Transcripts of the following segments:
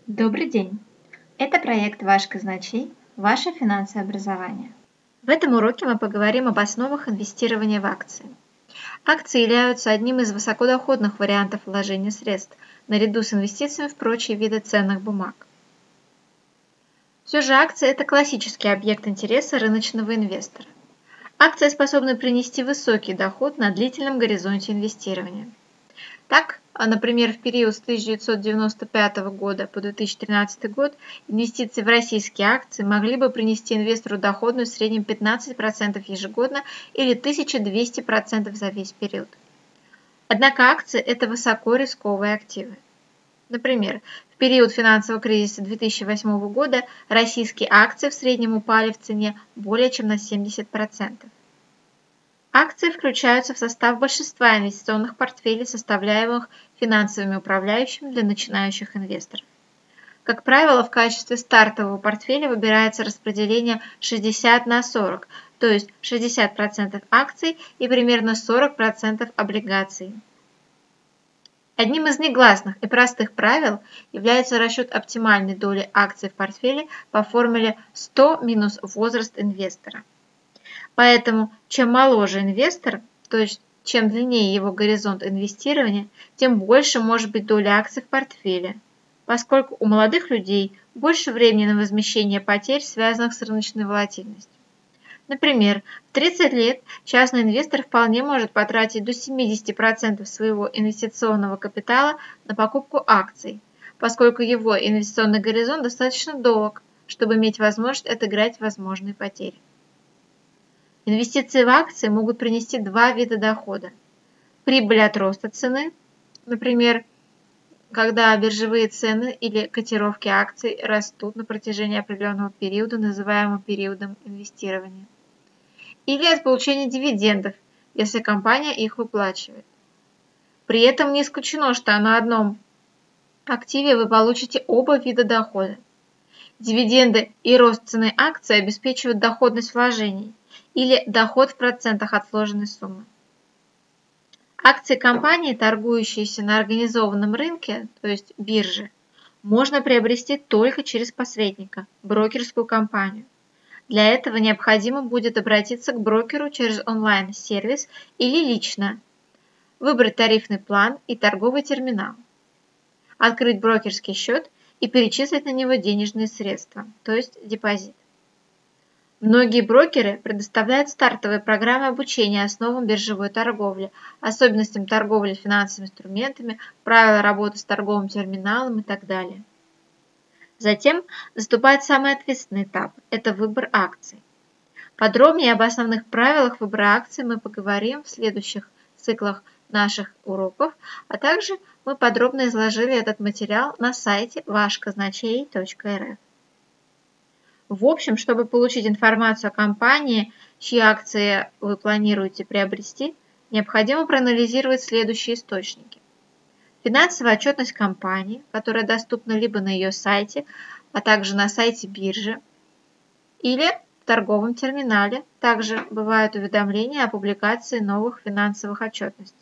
Добрый день! Это проект «Ваш казначей. Ваше финансовое образование». В этом уроке мы поговорим об основах инвестирования в акции. Акции являются одним из высокодоходных вариантов вложения средств, наряду с инвестициями в прочие виды ценных бумаг. Все же акции – это классический объект интереса рыночного инвестора. Акции способны принести высокий доход на длительном горизонте инвестирования. Так, например, в период с 1995 года по 2013 год инвестиции в российские акции могли бы принести инвестору доходность в среднем 15% ежегодно или 1200% за весь период. Однако акции – это высоко рисковые активы. Например, в период финансового кризиса 2008 года российские акции в среднем упали в цене более чем на 70%. Акции включаются в состав большинства инвестиционных портфелей, составляемых финансовыми управляющими для начинающих инвесторов. Как правило, в качестве стартового портфеля выбирается распределение 60/40, то есть 60% акций и примерно 40% облигаций. Одним из негласных и простых правил является расчет оптимальной доли акций в портфеле по формуле 100 минус возраст инвестора. Поэтому чем моложе инвестор, то есть чем длиннее его горизонт инвестирования, тем больше может быть доля акций в портфеле, поскольку у молодых людей больше времени на возмещение потерь, связанных с рыночной волатильностью. Например, в 30 лет частный инвестор вполне может потратить до 70% своего инвестиционного капитала на покупку акций, поскольку его инвестиционный горизонт достаточно долг, чтобы иметь возможность отыграть возможные потери. Инвестиции в акции могут принести два вида дохода. Прибыль от роста цены, например, когда биржевые цены или котировки акций растут на протяжении определенного периода, называемого периодом инвестирования. Или от получения дивидендов, если компания их выплачивает. При этом не исключено, что на одном активе вы получите оба вида дохода. Дивиденды и рост цены акций обеспечивают доходность вложений или доход в процентах от вложенной суммы. Акции компании, торгующиеся на организованном рынке, то есть бирже, можно приобрести только через посредника, брокерскую компанию. Для этого необходимо будет обратиться к брокеру через онлайн-сервис или лично, выбрать тарифный план и торговый терминал, открыть брокерский счет и перечислить на него денежные средства, то есть депозит. Многие брокеры предоставляют стартовые программы обучения основам биржевой торговли, особенностям торговли финансовыми инструментами, правила работы с торговым терминалом и так далее. Затем наступает самый ответственный этап – это выбор акций. Подробнее об основных правилах выбора акций мы поговорим в следующих циклах наших уроков, а также мы подробно изложили этот материал на сайте вашказначей.рф. В общем, чтобы получить информацию о компании, чьи акции вы планируете приобрести, необходимо проанализировать следующие источники. Финансовая отчетность компании, которая доступна либо на ее сайте, а также на сайте биржи, или в торговом терминале. Также бывают уведомления о публикации новых финансовых отчетностей.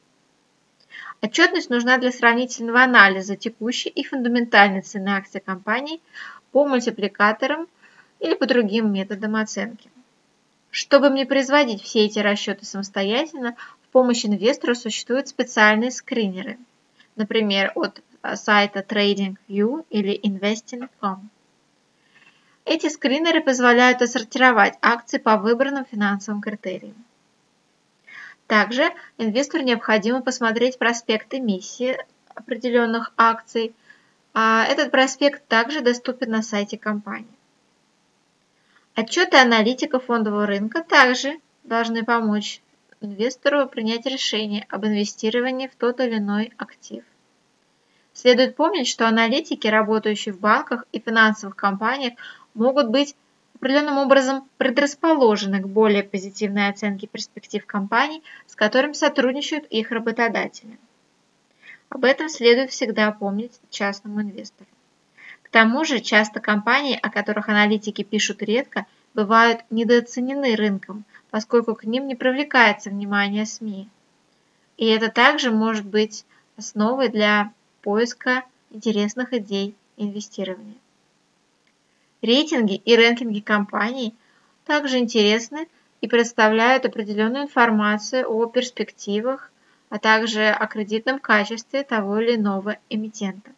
Отчетность нужна для сравнительного анализа текущей и фундаментальной цены акций компании по мультипликаторам или по другим методам оценки. Чтобы не производить все эти расчеты самостоятельно, в помощь инвестору существуют специальные скринеры, например, от сайта TradingView или Investing.com. Эти скринеры позволяют отсортировать акции по выбранным финансовым критериям. Также инвестору необходимо посмотреть проспект эмиссии определенных акций. Этот проспект также доступен на сайте компании. Отчеты аналитиков фондового рынка также должны помочь инвестору принять решение об инвестировании в тот или иной актив. Следует помнить, что аналитики, работающие в банках и финансовых компаниях, могут быть определенным образом предрасположены к более позитивной оценке перспектив компаний, с которыми сотрудничают их работодатели. Об этом следует всегда помнить частному инвестору. К тому же, часто компании, о которых аналитики пишут редко, бывают недооценены рынком, поскольку к ним не привлекается внимание СМИ. И это также может быть основой для поиска интересных идей инвестирования. Рейтинги и рэнкинги компаний также интересны и представляют определенную информацию о перспективах, а также о кредитном качестве того или иного эмитента.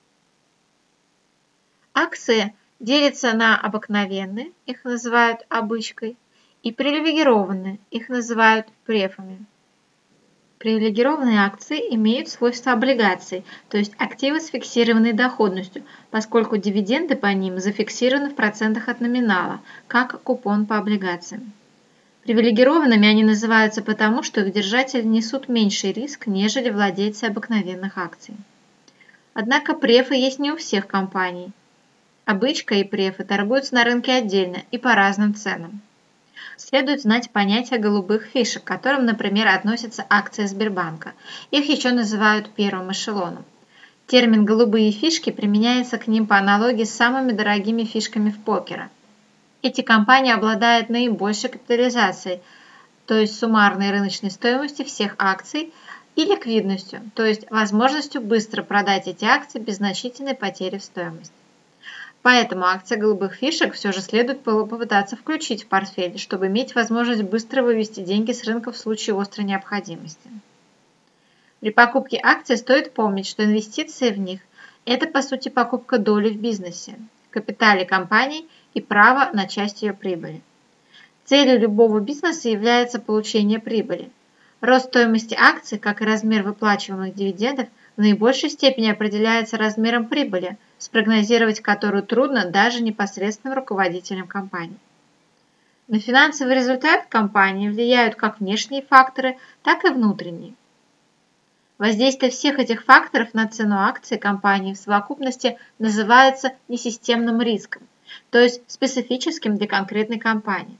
Акции делятся на обыкновенные, их называют обычкой, и привилегированные, их называют префами. Привилегированные акции имеют свойства облигаций, то есть активы с фиксированной доходностью, поскольку дивиденды по ним зафиксированы в процентах от номинала, как купон по облигациям. Привилегированными они называются потому, что их держатели несут меньший риск, нежели владельцы обыкновенных акций. Однако префы есть не у всех компаний. Обычка и префы торгуются на рынке отдельно и по разным ценам. Следует знать понятие голубых фишек, к которым, например, относятся акции Сбербанка. Их еще называют первым эшелоном. Термин «голубые фишки» применяется к ним по аналогии с самыми дорогими фишками в покере. Эти компании обладают наибольшей капитализацией, то есть суммарной рыночной стоимостью всех акций, и ликвидностью, то есть возможностью быстро продать эти акции без значительной потери в стоимости. Поэтому акции голубых фишек все же следует попытаться включить в портфель, чтобы иметь возможность быстро вывести деньги с рынка в случае острой необходимости. При покупке акций стоит помнить, что инвестиции в них – это по сути покупка доли в бизнесе, капитале компании и право на часть ее прибыли. Целью любого бизнеса является получение прибыли. Рост стоимости акций, как и размер выплачиваемых дивидендов, в наибольшей степени определяется размером прибыли, спрогнозировать которую трудно даже непосредственным руководителям компании. На финансовый результат компании влияют как внешние факторы, так и внутренние. Воздействие всех этих факторов на цену акций компании в совокупности называется несистемным риском, то есть специфическим для конкретной компании.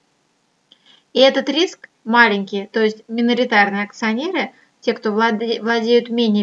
И этот риск маленькие, то есть миноритарные акционеры, те, кто владеют менее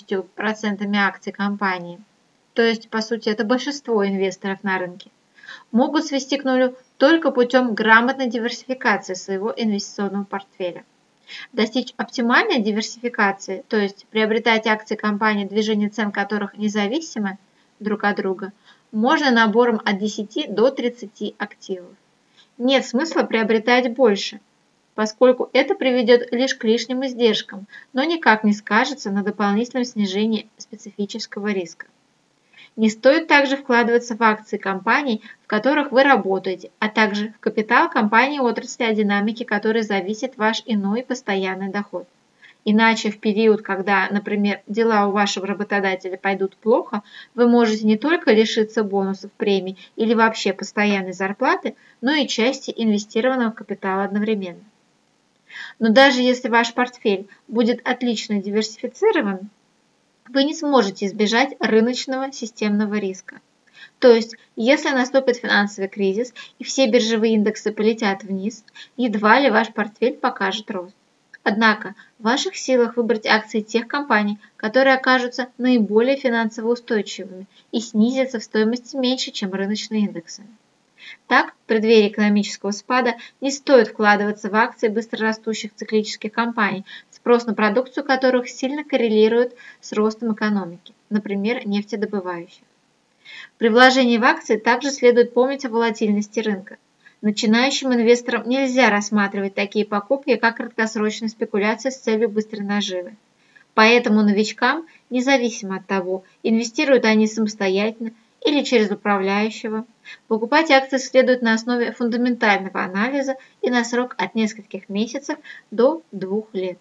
50% акций компании, то есть, по сути, это большинство инвесторов на рынке, могут свести к нулю только путем грамотной диверсификации своего инвестиционного портфеля. Достичь оптимальной диверсификации, то есть приобретать акции компаний, движение цен которых независимы друг от друга, можно набором от 10 до 30 активов. Нет смысла приобретать больше, поскольку это приведет лишь к лишним издержкам, но никак не скажется на дополнительном снижении специфического риска. Не стоит также вкладываться в акции компаний, в которых вы работаете, а также в капитал компании отрасли, от динамики которой зависит ваш иной постоянный доход. Иначе в период, когда, например, дела у вашего работодателя пойдут плохо, вы можете не только лишиться бонусов, премий или вообще постоянной зарплаты, но и части инвестированного капитала одновременно. Но даже если ваш портфель будет отлично диверсифицирован, вы не сможете избежать рыночного системного риска. То есть, если наступит финансовый кризис и все биржевые индексы полетят вниз, едва ли ваш портфель покажет рост. Однако в ваших силах выбрать акции тех компаний, которые окажутся наиболее финансово устойчивыми и снизятся в стоимости меньше, чем рыночные индексы. Так, в преддверии экономического спада не стоит вкладываться в акции быстрорастущих циклических компаний, спрос на продукцию которых сильно коррелирует с ростом экономики, например, нефтедобывающих. При вложении в акции также следует помнить о волатильности рынка. Начинающим инвесторам нельзя рассматривать такие покупки, как краткосрочная спекуляция с целью быстрой наживы. Поэтому новичкам, независимо от того, инвестируют они самостоятельно или через управляющего, покупать акции следует на основе фундаментального анализа и на срок от нескольких месяцев до 2 лет.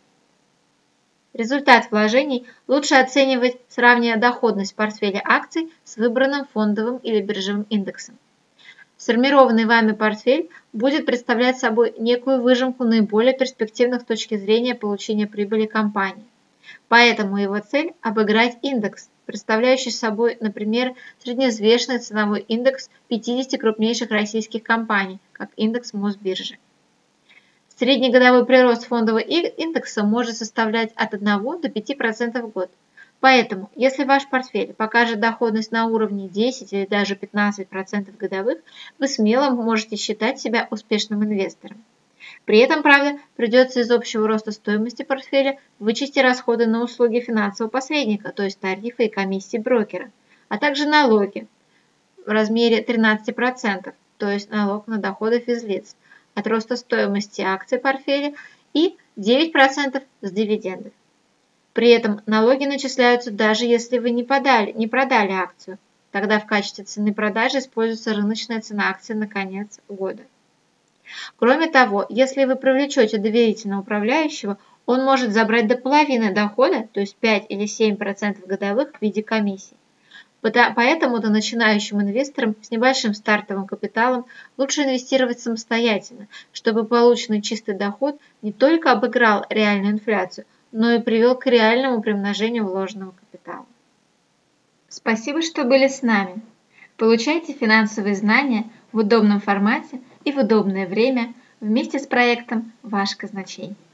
Результат вложений лучше оценивать, сравнивая доходность портфеля акций с выбранным фондовым или биржевым индексом. Сформированный вами портфель будет представлять собой некую выжимку наиболее перспективных с точки зрения получения прибыли компаний. Поэтому его цель – обыграть индекс, представляющий собой, например, средневзвешенный ценовой индекс 50 крупнейших российских компаний, как индекс Мосбиржи. Среднегодовой прирост фондового индекса может составлять от 1 до 5% в год. Поэтому, если ваш портфель покажет доходность на уровне 10 или даже 15% годовых, вы смело можете считать себя успешным инвестором. При этом, правда, придется из общего роста стоимости портфеля вычесть расходы на услуги финансового посредника, то есть тарифы и комиссии брокера. а также налоги в размере 13%, то есть налог на доходы физлиц, от роста стоимости акций портфеля и 9% с дивидендов. При этом налоги начисляются даже если вы не продали акцию. Тогда в качестве цены продажи используется рыночная цена акции на конец года. Кроме того, если вы привлечете доверительного управляющего, он может забрать до половины дохода, то есть 5 или 7% годовых в виде комиссий. Поэтому начинающим инвесторам с небольшим стартовым капиталом лучше инвестировать самостоятельно, чтобы полученный чистый доход не только обыграл реальную инфляцию, но и привел к реальному примножению вложенного капитала. Спасибо, что были с нами. Получайте финансовые знания в удобном формате и в удобное время вместе с проектом «Ваш казначей».